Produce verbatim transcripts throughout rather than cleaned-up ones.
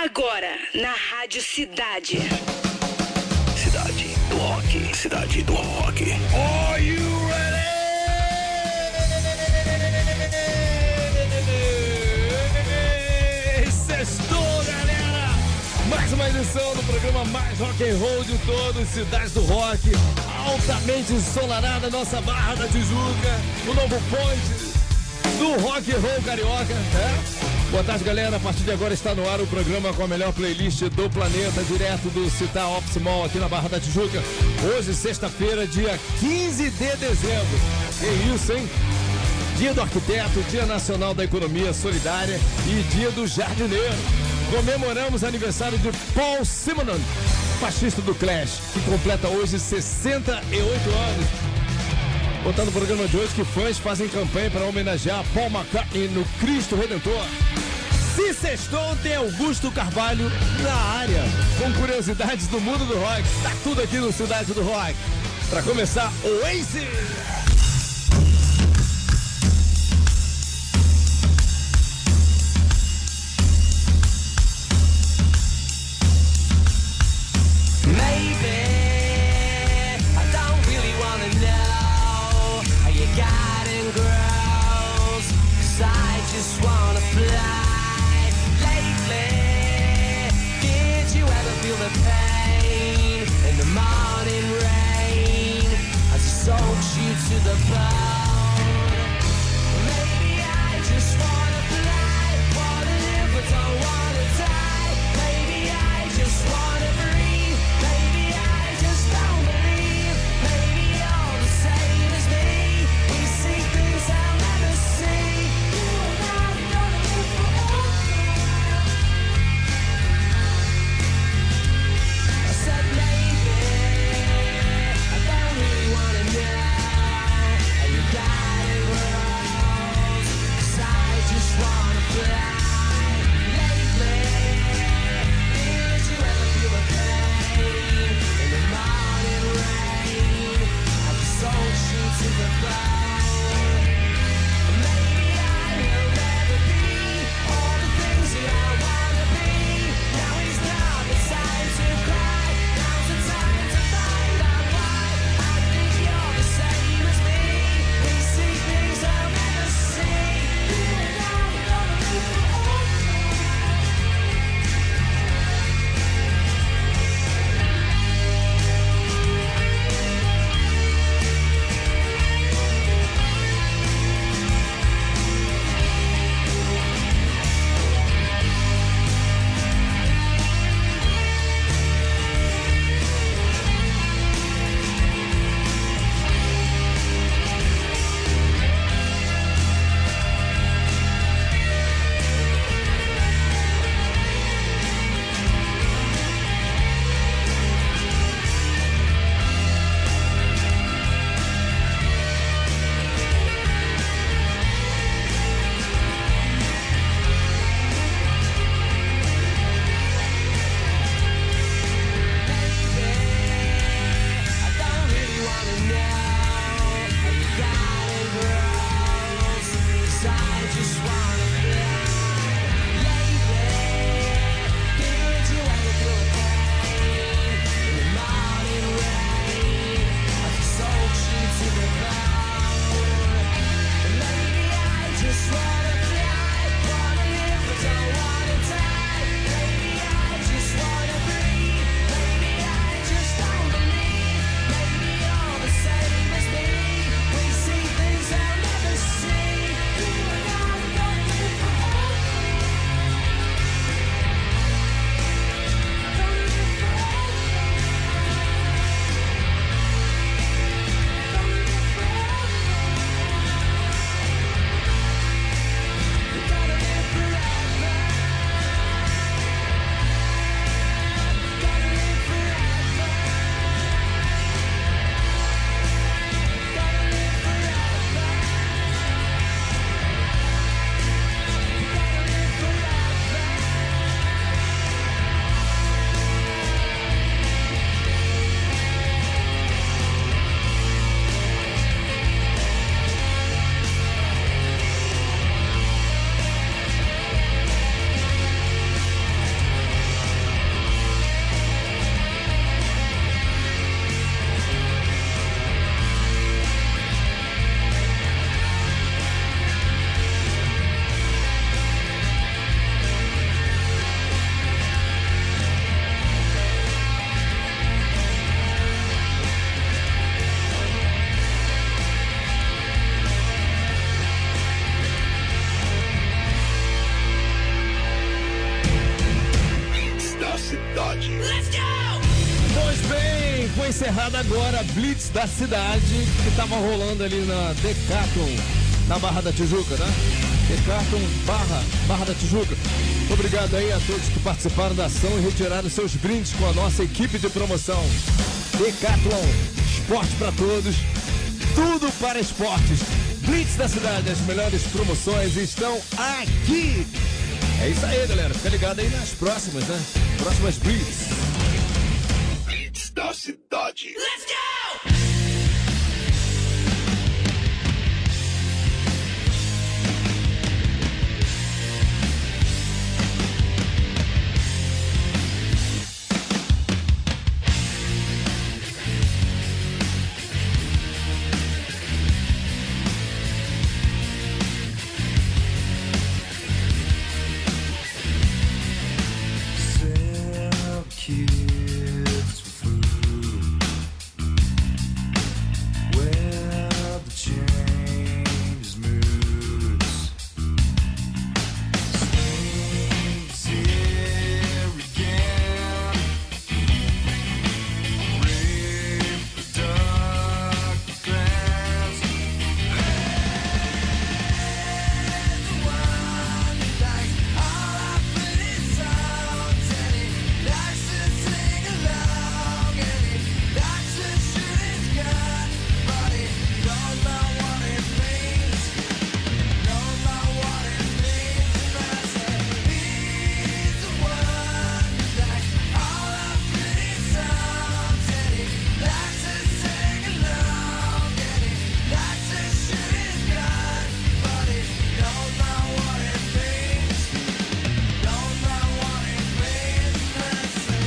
Agora, na Rádio Cidade. Cidade do Rock. Cidade do Rock. Are you ready? Sextou, galera! Mais uma edição do programa mais rock and roll de todos, Cidade do Rock. Altamente ensolarada nossa Barra da Tijuca, o novo ponte do rock and roll carioca, né? Boa tarde, galera. A partir de agora está no ar o programa com a melhor playlist do planeta, direto do Citar Office Mall aqui na Barra da Tijuca. Hoje, sexta-feira, dia quinze de dezembro. Que isso, hein? Dia do Arquiteto, Dia Nacional da Economia Solidária e Dia do Jardineiro. Comemoramos aniversário de Paul Simonon, baixista do Clash, que completa hoje sessenta e oito anos. Contando no programa de hoje que fãs fazem campanha para homenagear Paul McCartney no Cristo Redentor. Se sextou, tem Augusto Carvalho na área, com curiosidades do mundo do rock. Tá tudo aqui no Cidade do Rock. Para começar, Oasis! Just wanna fly lately. Did you ever feel the pain in the morning rain as it soaks you to foi encerrada agora a Blitz da cidade, que estava rolando ali na Decathlon, na Barra da Tijuca, né? Decathlon Barra, Barra da Tijuca. Obrigado aí a todos que participaram da ação e retiraram seus brindes com a nossa equipe de promoção. Decathlon, esporte para todos, tudo para esportes. Blitz da cidade, as melhores promoções estão aqui. É isso aí, galera. Fica ligado aí nas próximas, né? Próximas Blitz. Blitz da cidade. Let's go! Kids for food. Well, the change moods. Snakes here again. Reproductive glands. There's the one that likes all our pretty songs, and he likes to sing along, and he likes to shoot his gun, but he knows not what it means, knows not what it means. And I say, he's the one that likes all our pretty songs, and he likes to sing along, and he likes to shoot his gun, but he knows not what it means, knows not what it means. And I say,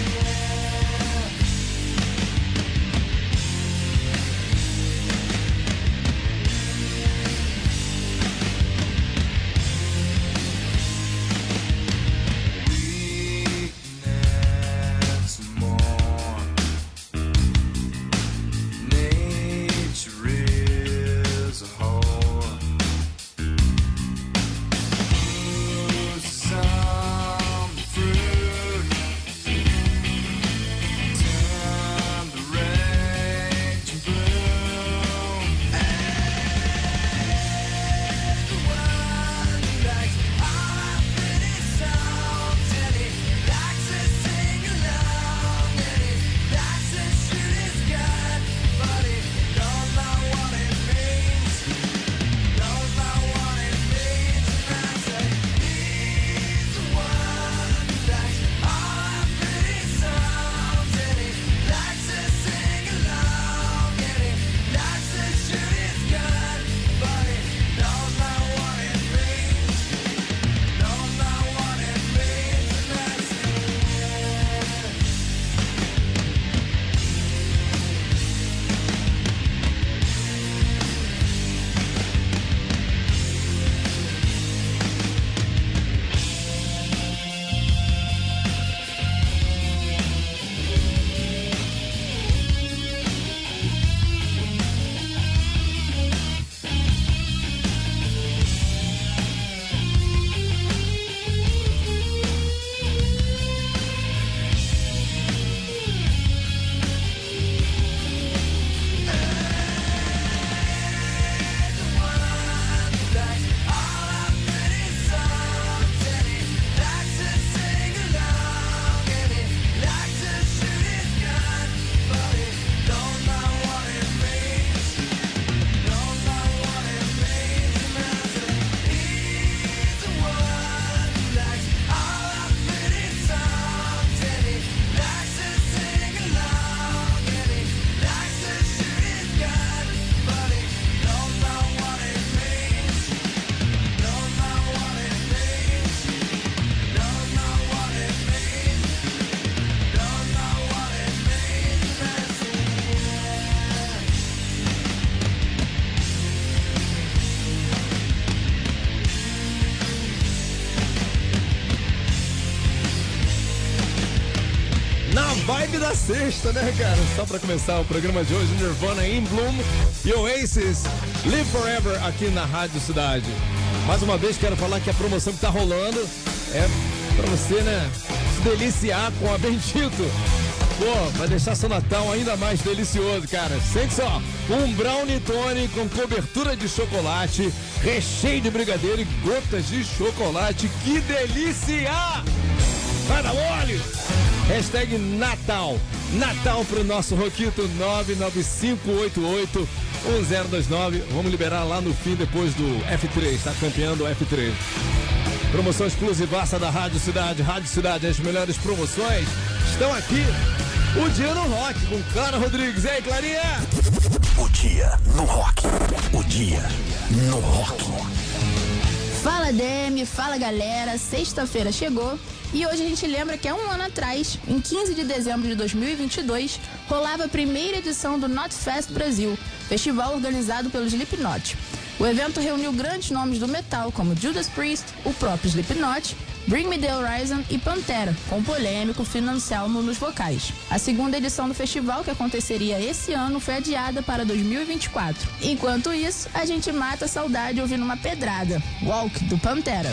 weakness more. Nature is a whore. Ooh, some fruit. Turn the rage and bloom. There's the one that likes all our pretty songs, and he likes to sing along, and he likes to shoot his gun, but he knows not what it means, knows not what it means. And I say, he's the one that likes all our pretty songs, and he likes to sing along, and he likes to shoot his gun, but he knows not what it means, knows not what it means. And I say, Na vibe da sexta, né, cara? Só pra começar o programa de hoje, Nirvana In Bloom e Oasis Live Forever aqui na Rádio Cidade. Mais uma vez quero falar que a promoção que tá rolando é pra você, né, se deliciar com a Bendito. Pô, vai deixar seu Natal ainda mais delicioso, cara. Sente só, um brownie Tony com cobertura de chocolate, recheio de brigadeiro e gotas de chocolate. Que delícia! Vai dar mole! Hashtag Natal. Natal pro nosso Roquito nove nove cinco oito oito um zero dois nove. Vamos liberar lá no fim, depois do F três, tá campeando o F três. Promoção exclusivaça da Rádio Cidade. Rádio Cidade, as melhores promoções estão aqui. O Dia no Rock, com Clara Rodrigues. E aí, Clarinha? O Dia no Rock. O Dia no Rock. Fala, Demi, fala, galera. Sexta-feira chegou e hoje a gente lembra que há um ano atrás, em quinze de dezembro de dois mil e vinte e dois, rolava a primeira edição do Knotfest Brasil, festival organizado pelo Slipknot. O evento reuniu grandes nomes do metal, como Judas Priest, o próprio Slipknot, Bring Me The Horizon e Pantera, com o polêmico Phil Anselmo nos vocais. A segunda edição do festival, que aconteceria esse ano, foi adiada para dois mil e vinte e quatro. Enquanto isso, a gente mata a saudade ouvindo uma pedrada, Walk, do Pantera.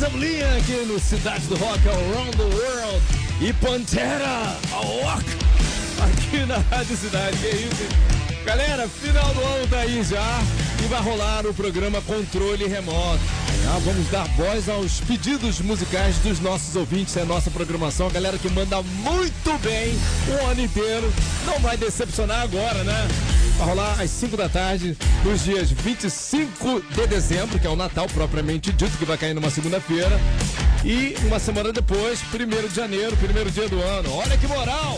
Cebolinha aqui no Cidade do Rock, Around the World. E Pantera, a Walk, aqui na Rádio Cidade. Que é isso, hein? Galera, final do ano tá aí já e vai rolar o programa Controle Remoto. Ah, vamos dar voz aos pedidos musicais dos nossos ouvintes, é a nossa programação. A galera que manda muito bem o ano inteiro, não vai decepcionar agora, né? Vai rolar às cinco da tarde, nos dias vinte e cinco de dezembro, que é o Natal propriamente dito, que vai cair numa segunda-feira. E uma semana depois, primeiro de janeiro, primeiro dia do ano. Olha que moral!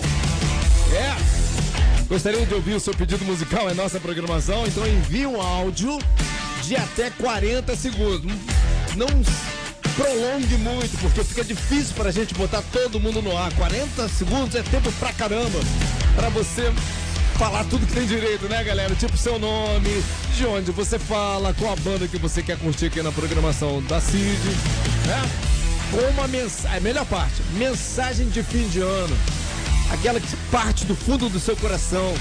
É! Gostaria de ouvir o seu pedido musical em nossa programação, então envie um áudio de até quarenta segundos. Não prolongue muito, porque fica difícil pra gente botar todo mundo no ar. quarenta segundos é tempo pra caramba pra você falar tudo que tem direito, né, galera? Tipo seu nome, de onde você fala, qual a banda que você quer curtir aqui na programação da C I D, né? Com uma mensagem, a melhor parte, mensagem de fim de ano. Aquela que parte do fundo do seu coração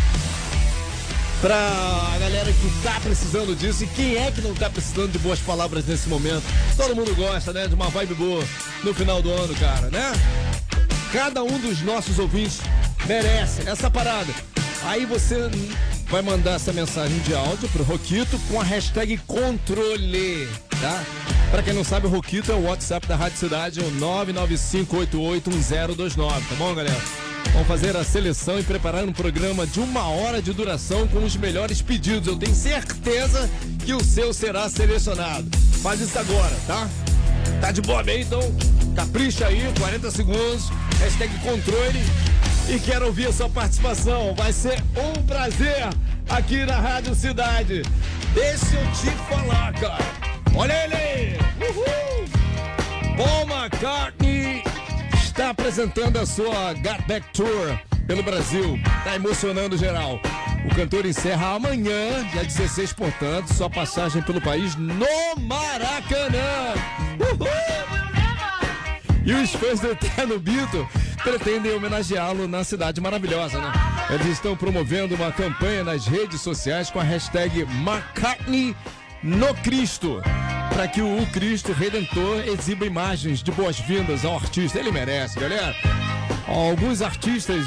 pra a galera que tá precisando disso. E quem é que não tá precisando de boas palavras nesse momento? Todo mundo gosta, né? De uma vibe boa no final do ano, cara, né? Cada um dos nossos ouvintes merece essa parada. Aí você vai mandar essa mensagem de áudio pro Roquito com a hashtag controle, tá? Pra quem não sabe, o Roquito é o WhatsApp da Rádio Cidade, o nove nove cinco oito oito um zero dois nove, tá bom, galera? Vamos fazer a seleção e preparar um programa de uma hora de duração com os melhores pedidos. Eu tenho certeza que o seu será selecionado. Faz isso agora, tá? Tá de boa bem, então capricha aí, quarenta segundos, hashtag controle. E quero ouvir a sua participação. Vai ser um prazer aqui na Rádio Cidade. Deixa eu te falar, cara. Olha ele aí. Uhul. Paul McCartney está apresentando a sua Got Back Tour pelo Brasil. Tá emocionando geral. O cantor encerra amanhã, dia dezesseis, portanto, sua passagem pelo país no Maracanã. Uhul. E os fãs do Eterno Beatle pretendem homenageá-lo na cidade maravilhosa, né? Eles estão promovendo uma campanha nas redes sociais com a hashtag McCartney no Cristo, para que o Cristo Redentor exiba imagens de boas-vindas ao artista. Ele merece, galera. Alguns artistas,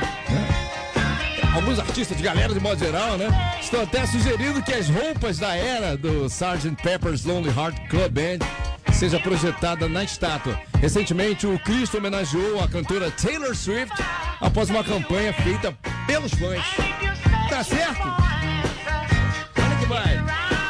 né? Alguns artistas de galera de modo geral, né? Estão até sugerindo que as roupas da era do sergeant Pepper's Lonely Hearts Club Band seja projetada na estátua. Recentemente, o Cristo homenageou a cantora Taylor Swift após uma campanha feita pelos fãs. Tá certo? Olha que vai.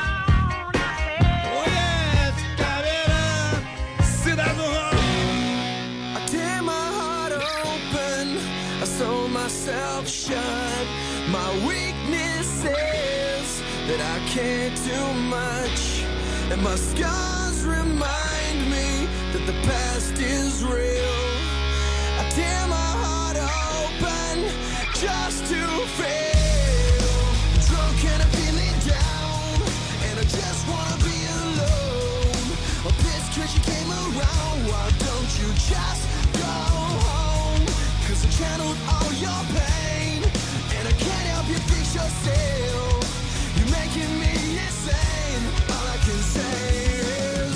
Oh yes, galera! Cidade do Rock! I tear my heart open, I sew myself shut. My weakness is that I can't do much, and my scars remind me that the past is real. I tear my heart open just to feel drunk and I'm feeling down, and I just wanna be alone. I'm pissed 'cause you came around. Why don't you just go home? 'Cause I channeled all your pain, and I can't help you fix yourself. You're making me insane. All I can say is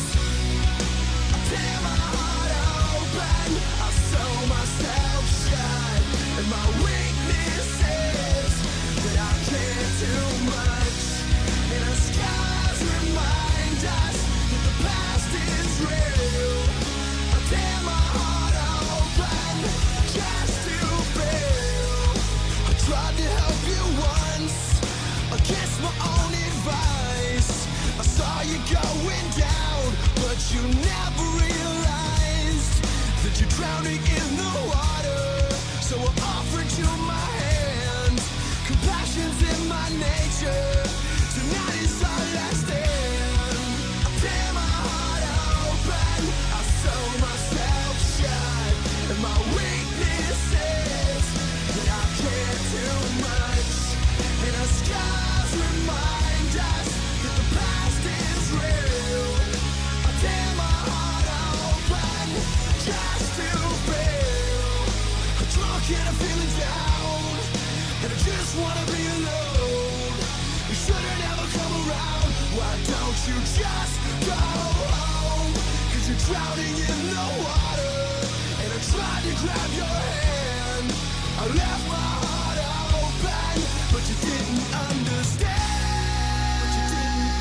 I tear my heart open, I sew myself shut, and my weakness is that I can't do much, and our scars remind us that the past is real. I tear my heart open just to feel. I tried to help you once against my own advice. I saw you going down, but you never realized that you're drowning in the water. So I offered you my hand. Compassion's in my nature. Tonight is our last stand. I tear my heart open, I sew myself shut, and my weakness is that I can't do much, and our scars remind us that the past is real. I tear my heart open just to feel drunk and I'm feeling down, and I just wanna be alone. You should've never come around. Why don't you just go home? 'Cause you you're drowning in the water, and I tried to grab your hand. I left my heart open, but you didn't understand. But you didn't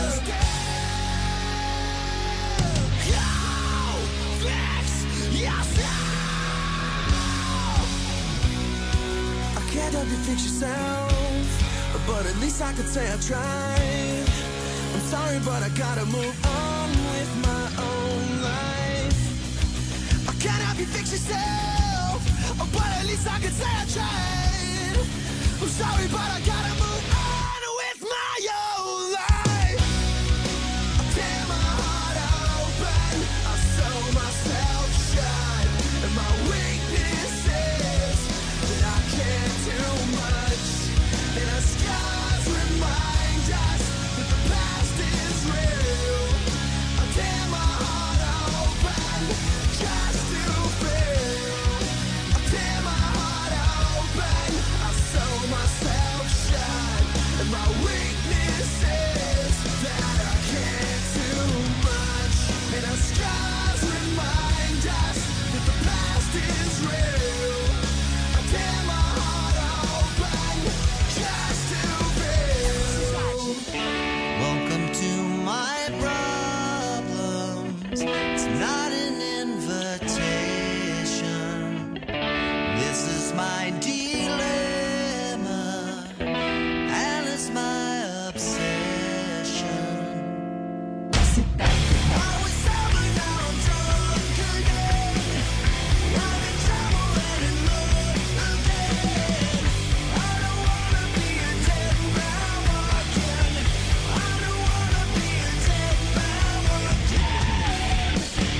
understand. Go fix yourself. I can't help you fix yourself, but at least I could say I tried. I'm sorry, but I gotta move on with my own life. I can't help you fix yourself, but at least I could say I tried. I'm sorry, but I gotta move on with my own life. I tear my heart open, I sew myself shut, and my weakness is that I can't do much, and our scars remind us that the past is real. I tear my heart open just to feel. I tear my heart open, I sew myself shut, and my weakness is that I can't do much, and our scars remind us that the past is real. I tear my heart open just to feel. Welcome to my problems. It's not an invitation. This is my dilemma, and it's my obsession. I was sober, now I'm drunk again. I'm in trouble and in love again. I don't wanna be a dead man walking. I don't wanna be a dead man walking.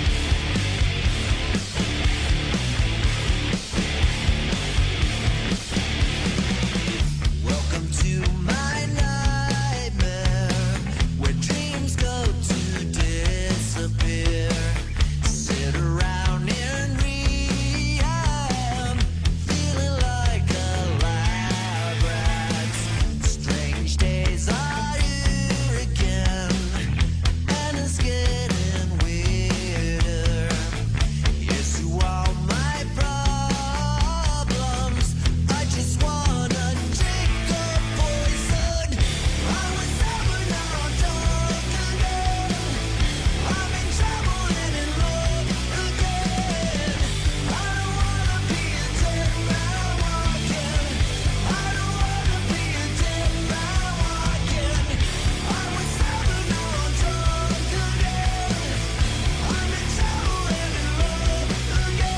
Welcome to my nightmare, where dreams go to disappear. Sit around in rehab, feeling like a lab rat. Strange days are here again, and it's getting weirder. Here's to all my problems. I just wanna drink the poison. I was sober, now I'm drunk again. I'm in trouble and in love again. I don't wanna be a dead man walking. I don't wanna be a dead man walking. I was sober, now I'm drunk again. I'm in trouble and in love again.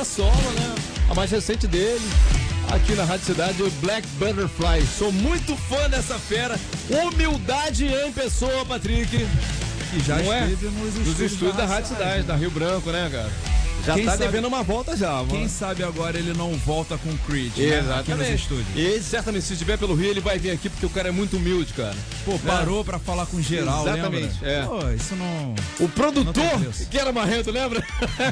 solo, né? A mais recente dele, aqui na Rádio Cidade, o Black Butterfly. Sou muito fã dessa fera. Humildade em pessoa, Patrick. Que já Não é? esteve nos estúdios, Nos estúdios da Rádio Cidade, da Rio Branco, né, cara? Já Quem tá sabe- devendo uma volta já, mano. Quem sabe agora ele não volta com o Creed, né? Aqui nos estúdios. E ele, certamente, se estiver pelo Rio, ele vai vir aqui porque o cara é muito humilde, cara. Pô, parou pra falar com geral, Exatamente, lembra? é. Pô, isso não... O produtor, Não tem preço. que era marrento, lembra?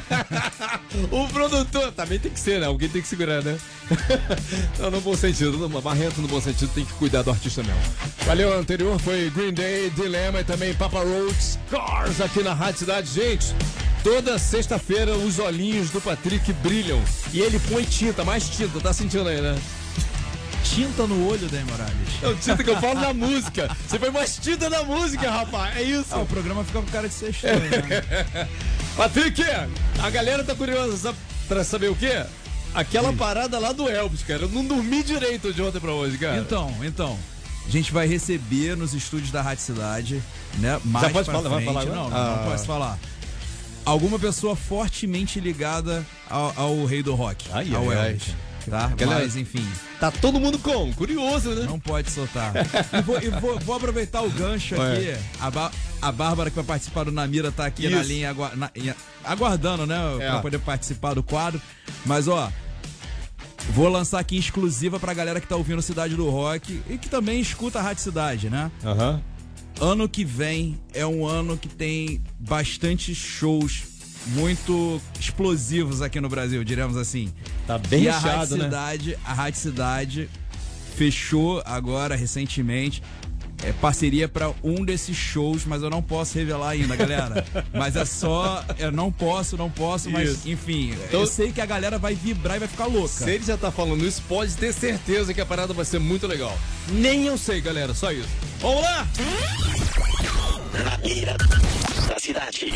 O produtor, também tem que ser, né? Alguém tem que segurar, né? Não, no bom sentido, no- marrento no bom sentido, tem que cuidar do artista mesmo. Valeu, o anterior foi Green Day, Dilemma e também Papa Roach, Cars aqui na Rádio Cidade. Gente, toda sexta-feira os olhinhos do Patrick brilham e ele põe tinta, mais tinta, tá sentindo aí, né? Tinta no olho, Dani Morales. É o tinta que eu falo na música. Você põe mais tinta na música, rapaz, é isso. Ah, o programa fica com cara de ser estranho, né? Patrick, a galera tá curiosa pra saber o quê? Aquela parada lá do Elvis, cara. Eu não dormi direito de ontem pra hoje, cara. Então, então, a gente vai receber nos estúdios da Rádio Cidade, né? Mais pode pra falar- vai frente. falar agora? Não, não, Ah. não posso falar. Alguma pessoa fortemente ligada ao, ao rei do rock, Ai, ao ai, Elvis. Tá? Galera- Mas, enfim, Tá todo mundo como? Curioso, né? não pode soltar. E vou, e vou- vou aproveitar o gancho aqui. A, Bá- a Bárbara, que vai participar do Namira, tá aqui na Isso. linha, agua- na- em- aguardando, né? É. Pra poder participar do quadro. Mas, ó, vou lançar aqui em exclusiva pra galera que tá ouvindo Cidade do Rock e que também escuta a Rádio Cidade, né? Aham. Ano que vem é um ano que tem bastante shows muito explosivos aqui no Brasil, diremos assim. Tá bem e a recheado, Rádio né? Cidade, a Rádio Cidade fechou agora recentemente é, parceria pra um desses shows, mas eu não posso revelar ainda, galera. Mas é só, eu não posso, não posso, mas Isso. enfim, Então- eu sei que a galera vai vibrar e vai ficar louca. Se ele já tá falando isso, pode ter certeza que a parada vai ser muito legal. Nem eu sei, galera, só isso. Vamos lá! Na mira da cidade.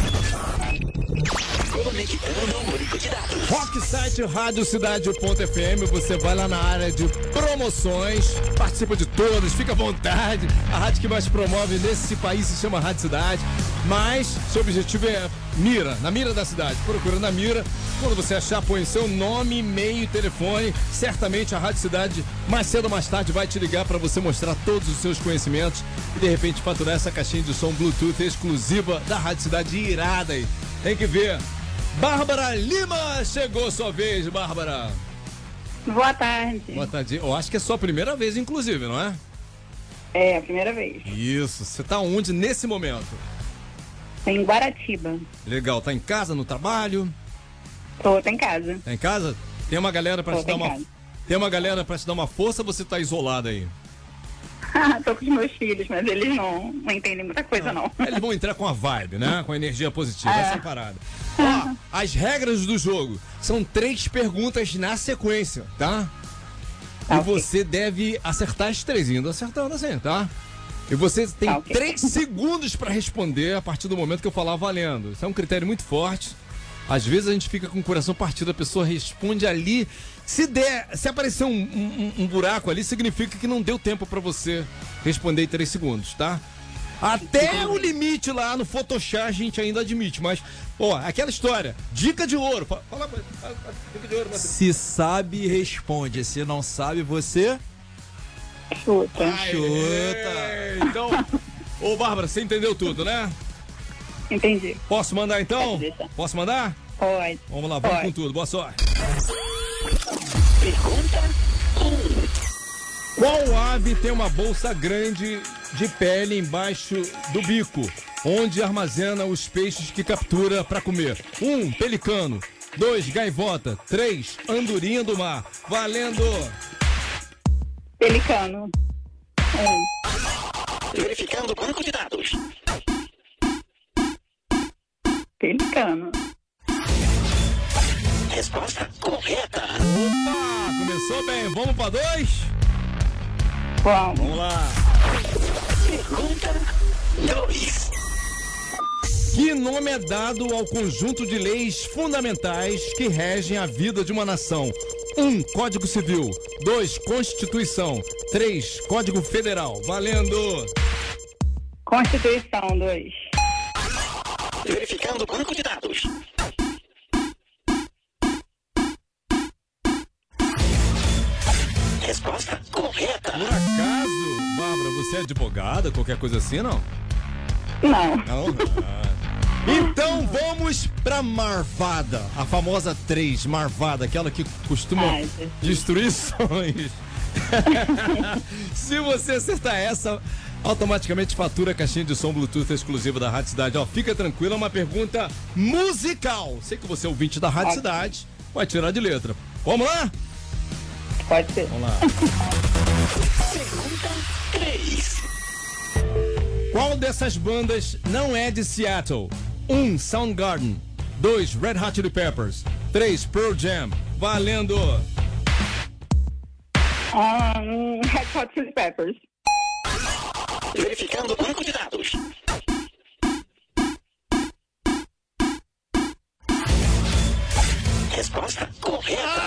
Conectando o único de dados. Rocksite Rádio Cidade ponto F M, você vai lá na área de promoções, participa de todas, fica à vontade. A rádio que mais promove nesse país se chama Rádio Cidade, mas seu objetivo é mira, na mira da cidade. Procura na mira, quando você achar, põe seu nome, e-mail e telefone. Certamente a Rádio Cidade, mais cedo ou mais tarde, vai te ligar para você mostrar todos os seus conhecimentos e de repente faturar essa caixinha de som Bluetooth exclusiva da Rádio Cidade irada aí. Tem que ver. Bárbara Lima, chegou sua vez, Bárbara. Boa tarde. Boa tarde. Eu acho que é sua primeira vez, inclusive, não é? É, a primeira vez. Isso. Você tá onde nesse momento? Em Guaratiba. Legal. Tá em casa, no trabalho? Tô, tô em casa. Tá em casa? Tem uma galera pra Tô, te dar tô em uma... casa. Tem uma galera pra te dar uma força ou você tá isolada aí? Tô com os meus filhos, mas eles não, não entendem muita coisa, não. Eles vão entrar com a vibe, né? Com a energia positiva, essa é a parada. Ó, as regras do jogo são três perguntas na sequência, tá? E Tá, ok. você deve acertar as três, indo acertando assim, tá? E você tem Tá, ok. três segundos pra responder a partir do momento que eu falar valendo. Isso é um critério muito forte. Às vezes a gente fica com o coração partido, a pessoa responde ali. Se der, se aparecer um, um- um buraco ali, significa que não deu tempo pra você responder em três segundos, tá? Até o limite lá no Photoshop a gente ainda admite, mas, ó, aquela história, dica de ouro. Fala, fala, fala, fala dica de ouro, Matheus. Se sabe, responde. Se não sabe, você Chuta. Aê! Então, ô Bárbara, você entendeu tudo, né? Entendi. Posso mandar então? Pode deixar. Posso mandar? Pode. Vamos lá, vamos Pode. com tudo. Boa sorte. Pergunta Qual ave tem uma bolsa grande de pele embaixo do bico, onde armazena os peixes que captura para comer? Um, pelicano. Dois, gaivota. Três, andorinha do mar. Valendo! Pelicano. Um. verificando o banco de dados. Pelicano. Resposta correta. Opa, começou bem. Vamos para dois? Vamos. Vamos lá. Pergunta dois. Que nome é dado ao conjunto de leis fundamentais que regem a vida de uma nação? Um, Código Civil. Dois, Constituição. Três, Código Federal. Valendo! Constituição, dois. Verificando o banco de dados. correta. Por acaso, Bárbara, você é advogada, qualquer coisa assim, não? Não. Não? Ah. Então vamos pra Marvada, a famosa três, Marvada, aquela que costuma Ai, Jesus. destruir sonhos. Se você acertar essa, automaticamente fatura a caixinha de som Bluetooth exclusiva da Rádio Cidade. Ó, fica tranquilo, é uma pergunta musical. Sei que você é ouvinte da Rádio Ok. Cidade, vai tirar de letra. Vamos lá? Pode ser. Vamos lá. Pergunta três. Qual dessas bandas não é de Seattle? um. Soundgarden. dois. Red Hot Chili Peppers. três. Pearl Jam. Valendo! Um, Red Hot Chili Peppers. Verificando o banco de dados. Resposta correta.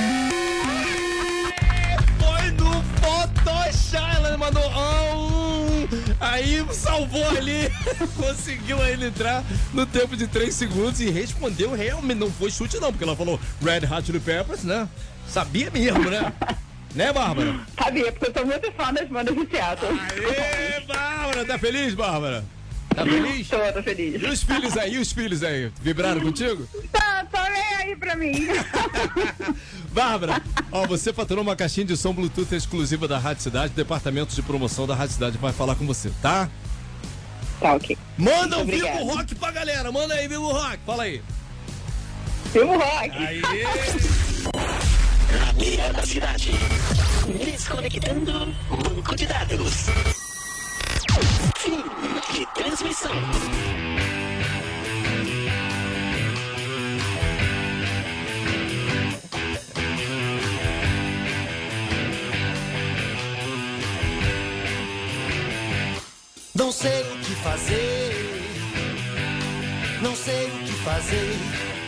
Foi no Photoshop, ela mandou um. Aí salvou ali, conseguiu ainda entrar no tempo de três segundos e respondeu realmente. Não foi chute, não, porque ela falou Red Hot Chili Peppers, né? Sabia mesmo, né? Né, Bárbara? Sabia, porque eu sou muito fã das bandas de teatro. Aê, Bárbara! Tá feliz, Bárbara? Tá feliz? Tô, tô feliz. E os filhos aí, e os filhos aí? Vibraram contigo? Tá, tá nem aí pra mim. Bárbara, ó, você faturou uma caixinha de som Bluetooth exclusiva da Rádio Cidade, departamento de promoção da Rádio Cidade vai falar com você, tá? Tá, ok. Manda o Muito Vivo obrigada. Rock pra galera, manda aí, Vivo Rock, fala aí. Vivo Rock. Aê! Rabeira da cidade. Desconectando banco de dados. Fim de transmissão. Não sei o que fazer, não sei o que fazer.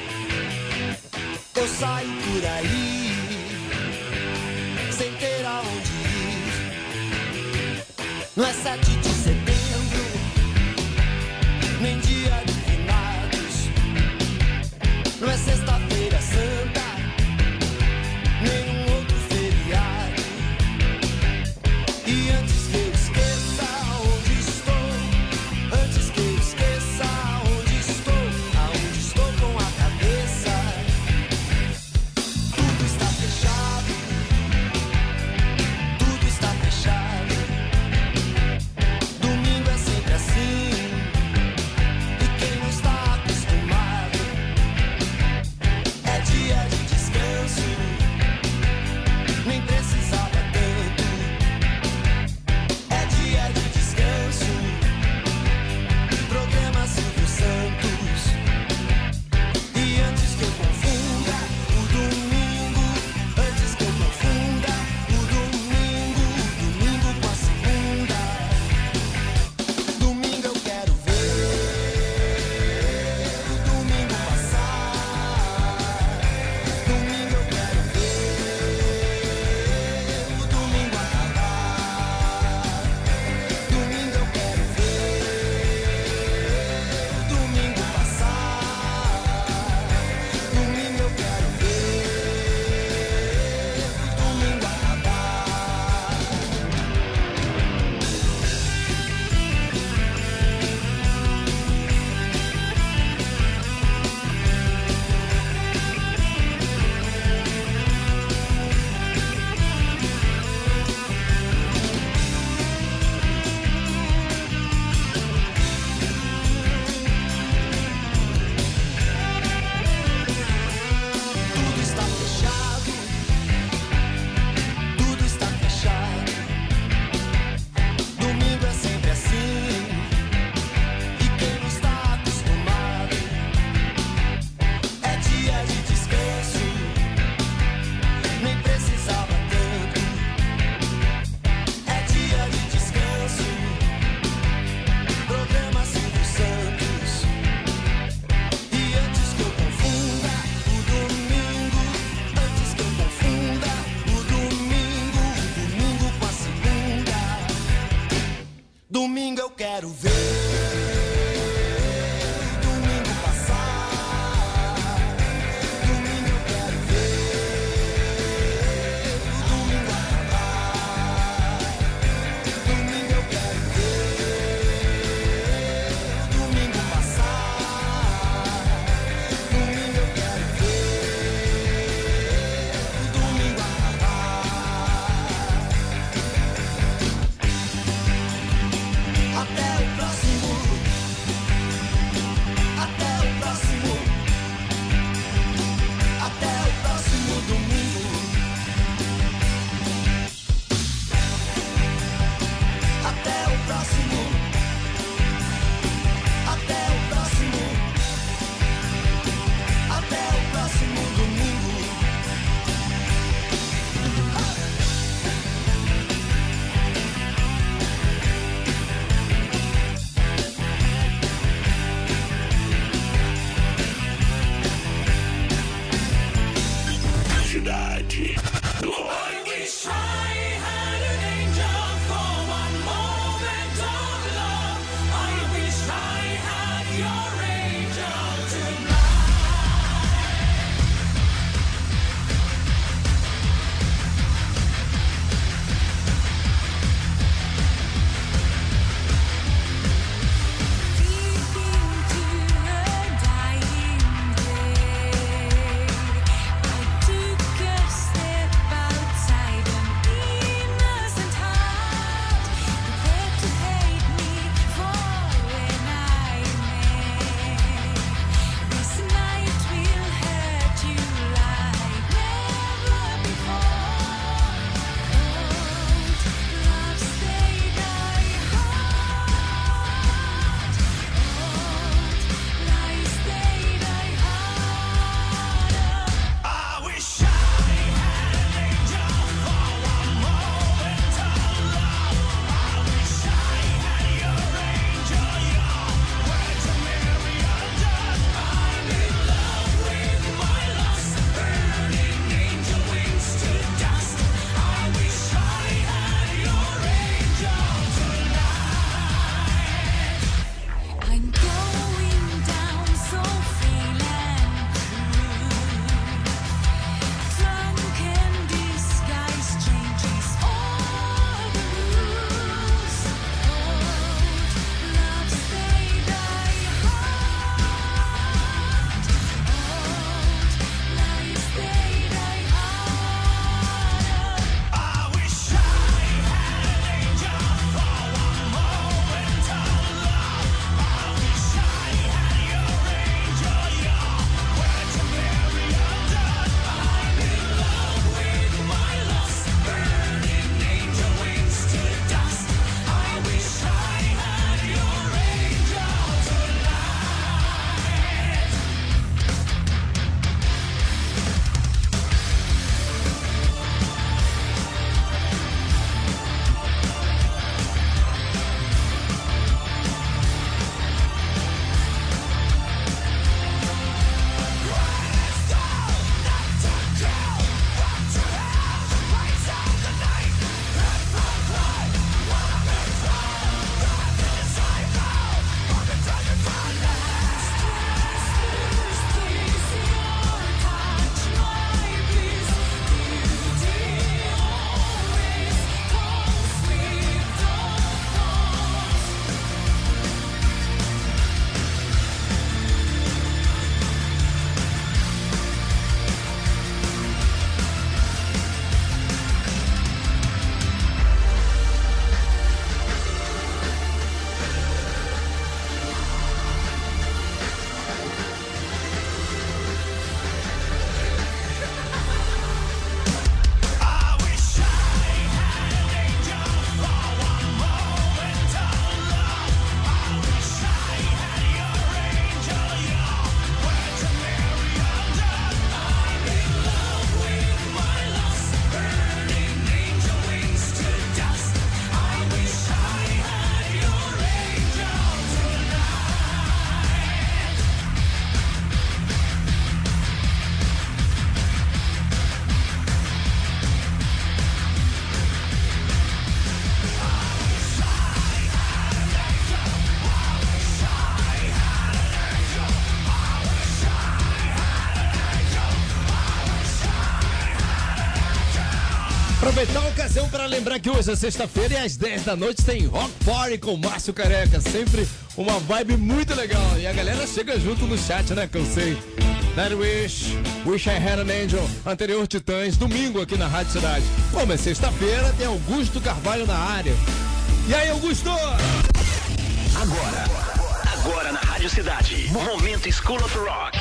Eu saio por aí, sem ter aonde ir. Não é sete de setembro, nem dia de finados. Não é sexta-feira santa, nenhum outro feriado. E antes que eu esqueça onde estou, antes que eu esqueça onde estou, aonde estou com a cabeça, tudo está fechado, tudo está fechado. Domingo é sempre assim, e quem não está acostumado, é dia de descanso, nem precisava tanto. É dia de descanso, programa Silvio Santos. E antes que eu confunda o domingo, antes que eu confunda o domingo, o domingo com a segunda. Domingo eu quero ver o domingo passar. Domingo eu quero ver o domingo acabar. Domingo eu quero ver o domingo passar. Domingo eu quero ver o domingo acabar. Tudo está fechado, tudo está fechado. Domingo é sempre assim, e quem não está acostumado, é dia de descanso, nem precisava tanto. É dia de descanso, programa Silvio Santos. E antes que eu confunda o domingo, antes que eu confunda o domingo, o domingo com a segunda. Domingo eu quero ver o domingo passar. Domingo eu quero ver o domingo acabar. Cidade do Rock. Aproveitar a ocasião para lembrar que hoje é sexta-feira e às dez da noite tem Rock Party com Márcio Careca. Sempre uma vibe muito legal. E a galera chega junto no chat, né? Que eu sei. Nightwish, Wish I Had an Angel, anterior Titãs, domingo aqui na Rádio Cidade. Como é sexta-feira, tem Augusto Carvalho na área. E aí, Augusto? Agora, agora na Rádio Cidade, Momento School of Rock.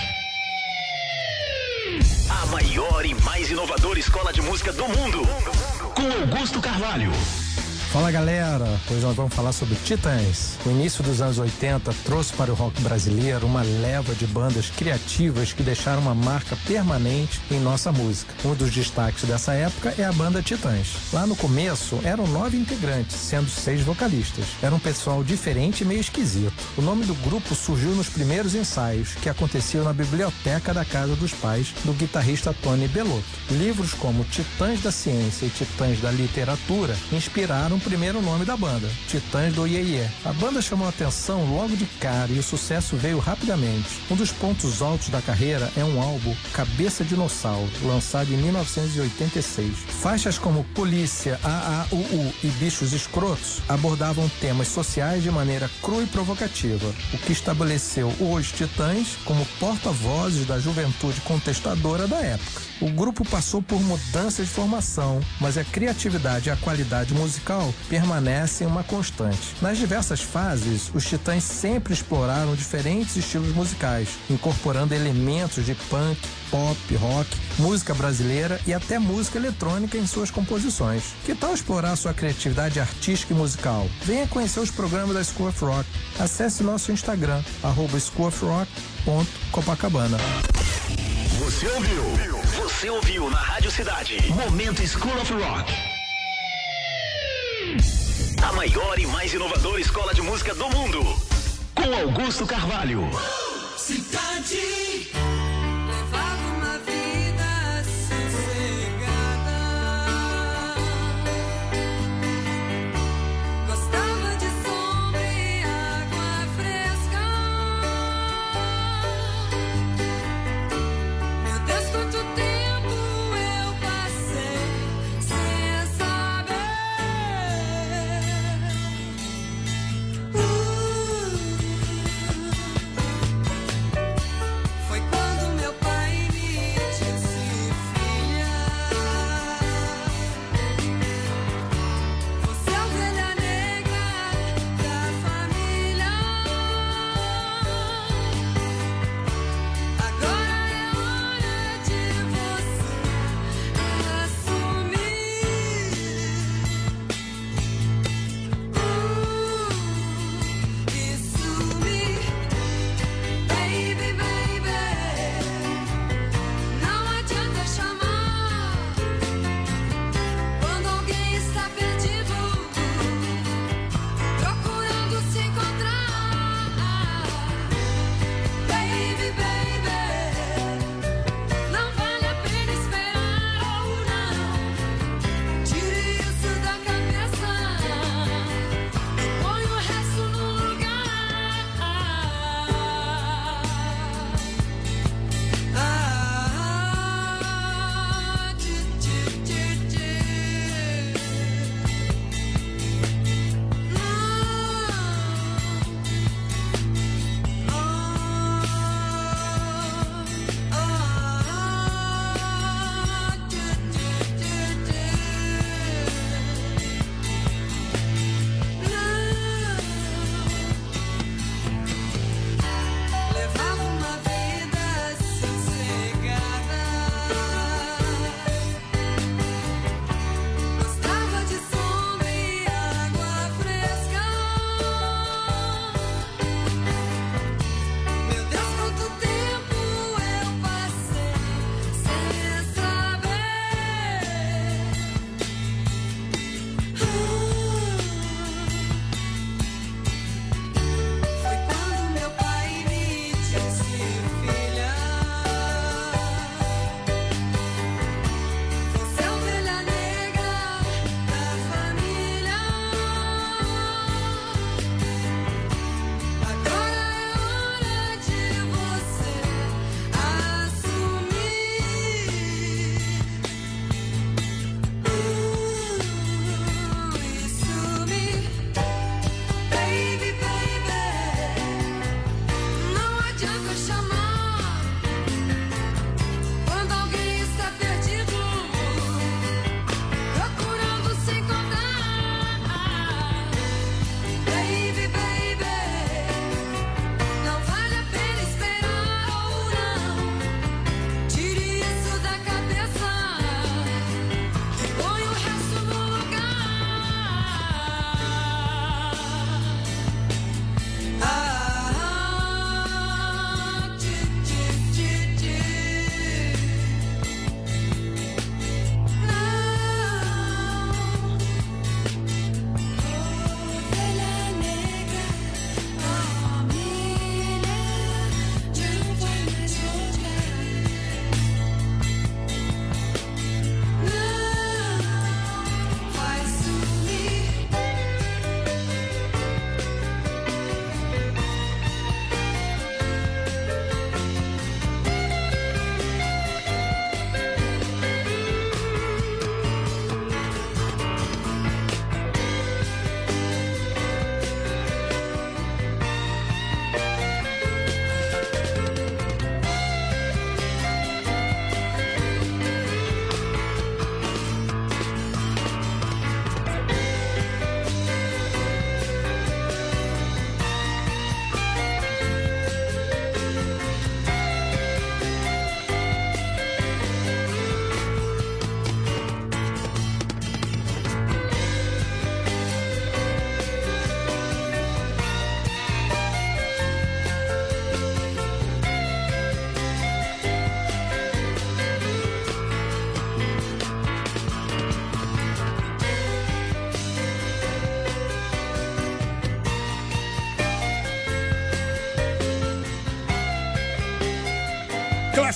A maior e mais inovadora escola de música do mundo, com Augusto Carvalho. Fala galera, hoje nós vamos falar sobre Titãs. O início dos anos oitenta trouxe para o rock brasileiro uma leva de bandas criativas que deixaram uma marca permanente em nossa música. Um dos destaques dessa época é a banda Titãs. Lá no começo eram nove integrantes, sendo seis vocalistas. Era um pessoal diferente e meio esquisito. O nome do grupo surgiu nos primeiros ensaios, que aconteciam na biblioteca da casa dos pais do guitarrista Tony Bellotto. Livros como Titãs da Ciência e Titãs da Literatura inspiraram o primeiro nome da banda, Titãs do Iê Iê. A banda chamou a atenção logo de cara e o sucesso veio rapidamente. Um dos pontos altos da carreira é um álbum, Cabeça Dinossauro, lançado em mil novecentos e oitenta e seis. Faixas como Polícia, A A U U e Bichos Escrotos abordavam temas sociais de maneira crua e provocativa, o que estabeleceu os Titãs como porta-vozes da juventude contestadora da época. O grupo passou por mudança de formação, mas a criatividade e a qualidade musical permanecem uma constante. Nas diversas fases, os Titãs sempre exploraram diferentes estilos musicais, incorporando elementos de punk, pop, rock, música brasileira e até música eletrônica em suas composições. Que tal explorar sua criatividade artística e musical? Venha conhecer os programas da School of Rock. Acesse nosso Instagram, arroba school of rock ponto copacabana. Você ouviu? Você ouviu na Rádio Cidade. Momento School of Rock. A maior e mais inovadora escola de música do mundo. Com Augusto Carvalho. Cidade. Levava uma vida sossegada. Gostava de sombra e água fresca. Meu Deus, quanto tempo eu passei sem saber. Uh, foi quando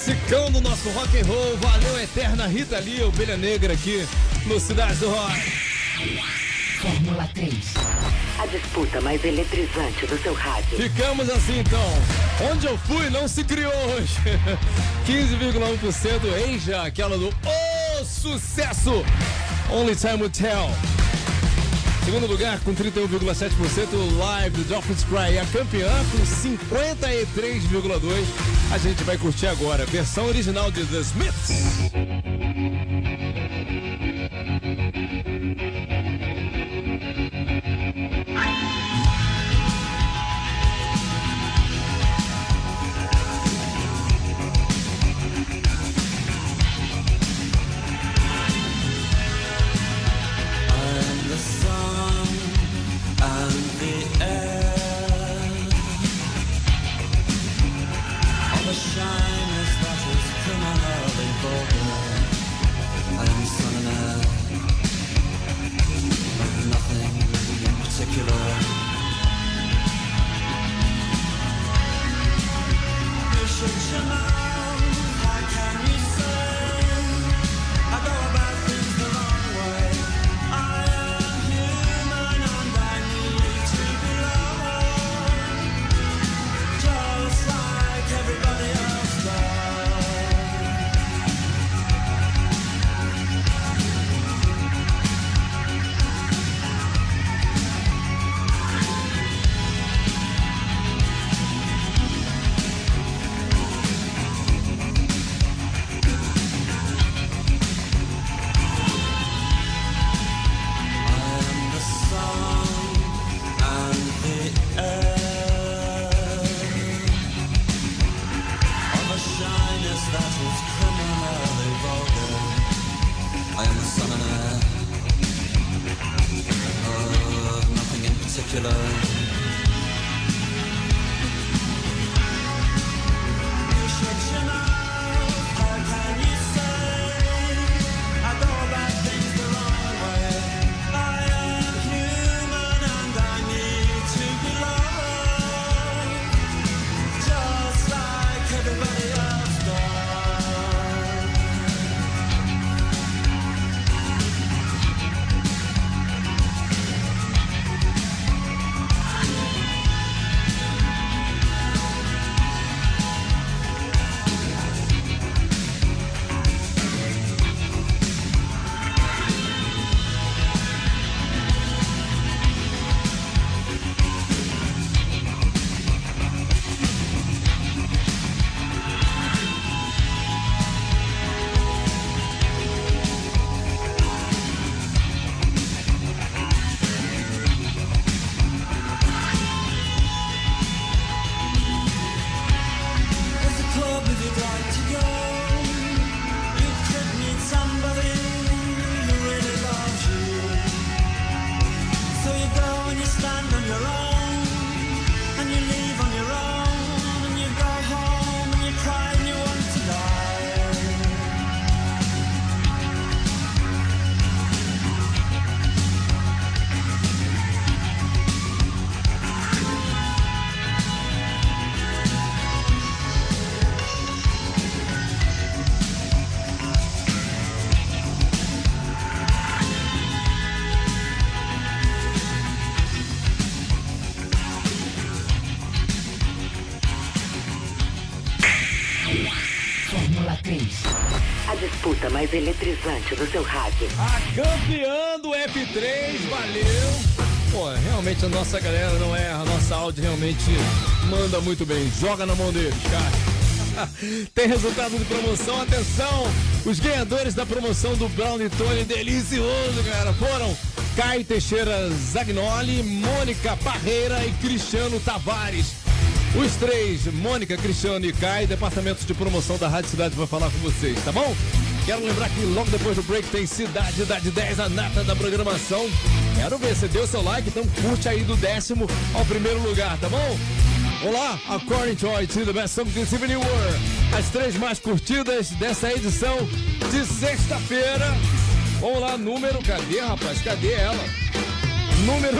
Classicão do nosso rock and roll. Valeu, eterna Rita Lee, Ovelha Negra aqui no Cidade do Rock. Fórmula três. A disputa mais eletrizante do seu rádio. Ficamos assim então. Onde eu fui não se criou hoje. quinze vírgula um por cento Eija, aquela do O Sucesso. Only Time Will Tell. Segundo lugar com trinta e um vírgula sete por cento Live do Dolphins Cry. A campeã com cinquenta e três vírgula dois por cento. A gente vai curtir agora a versão original de The Smiths. A disputa mais eletrizante do seu rádio. A campeã do F três, valeu! Pô, realmente a nossa galera não erra, a nossa áudio realmente manda muito bem. Joga na mão deles, cara. Tem resultado de promoção, atenção! Os ganhadores da promoção do Brownie Tony delicioso, cara, foram Caio Teixeira Zagnoli, Mônica Parreira e Cristiano Tavares. Os três, Mônica, Cristiano e Caio, departamentos de promoção da Rádio Cidade, vai falar com vocês, tá bom? Quero lembrar que logo depois do break tem Cidade da dez, a nata da programação. Quero ver, você deu seu like, então curte aí do décimo ao primeiro lugar, tá bom? Olá, according to I T, the best song this evening were as três mais curtidas dessa edição de sexta-feira. Vamos lá, número, cadê, rapaz? Cadê ela? Número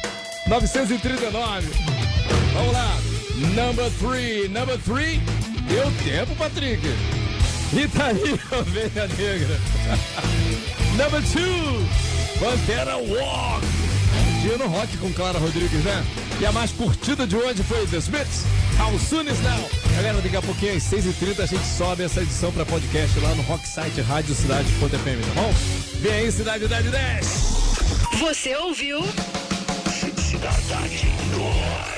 novecentos e trinta e nove. Vamos lá. Number three. Number three Deu tempo, Patrick. E tá aí, Ovelha Negra. Number two, Pantera Walk. Dia no rock com Clara Rodrigues, né? E a mais curtida de hoje foi The Smiths, How Soon Is Now. Galera, daqui a pouquinho às seis e trinta a gente sobe essa edição pra podcast lá no rock site rádio cidade ponto f m, tá bom? Vem aí, Cidade dez. Você ouviu? Cidade do Rock.